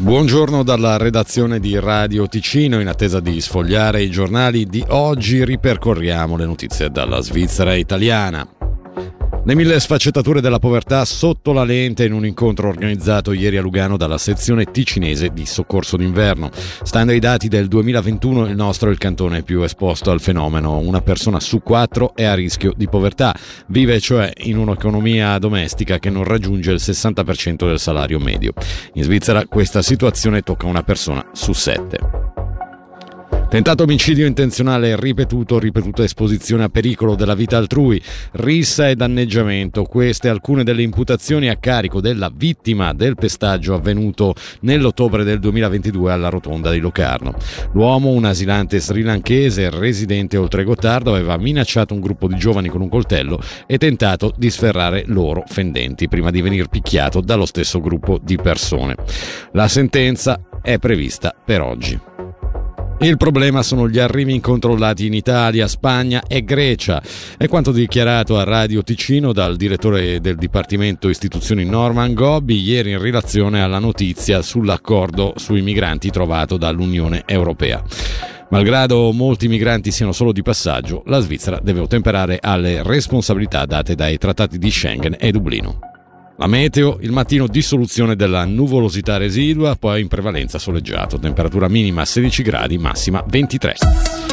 Buongiorno dalla redazione di Radio Ticino. In attesa di sfogliare i giornali di oggi, ripercorriamo le notizie dalla Svizzera italiana. Le 1000 sfaccettature della povertà sotto la lente in un incontro organizzato ieri a Lugano dalla sezione ticinese di soccorso d'inverno. Stando ai dati del 2021, il nostro è il cantone più esposto al fenomeno. Una persona su 4 è a rischio di povertà. Vive cioè in un'economia domestica che non raggiunge il 60% del salario medio. In Svizzera questa situazione tocca una persona su 7. Tentato omicidio intenzionale ripetuta esposizione a pericolo della vita altrui, rissa e danneggiamento. Queste alcune delle imputazioni a carico della vittima del pestaggio avvenuto nell'ottobre del 2022 alla rotonda di Locarno. L'uomo, un asilante srilanchese residente oltre Gottardo, aveva minacciato un gruppo di giovani con un coltello e tentato di sferrare loro fendenti prima di venir picchiato dallo stesso gruppo di persone. La sentenza è prevista per oggi. Il problema sono gli arrivi incontrollati in Italia, Spagna e Grecia. È quanto dichiarato a Radio Ticino dal direttore del Dipartimento Istituzioni Norman Gobbi ieri in relazione alla notizia sull'accordo sui migranti trovato dall'Unione Europea. Malgrado molti migranti siano solo di passaggio, la Svizzera deve ottemperare alle responsabilità date dai trattati di Schengen e Dublino. La meteo, il mattino dissoluzione della nuvolosità residua, poi in prevalenza soleggiato, temperatura minima 16 gradi, massima 23.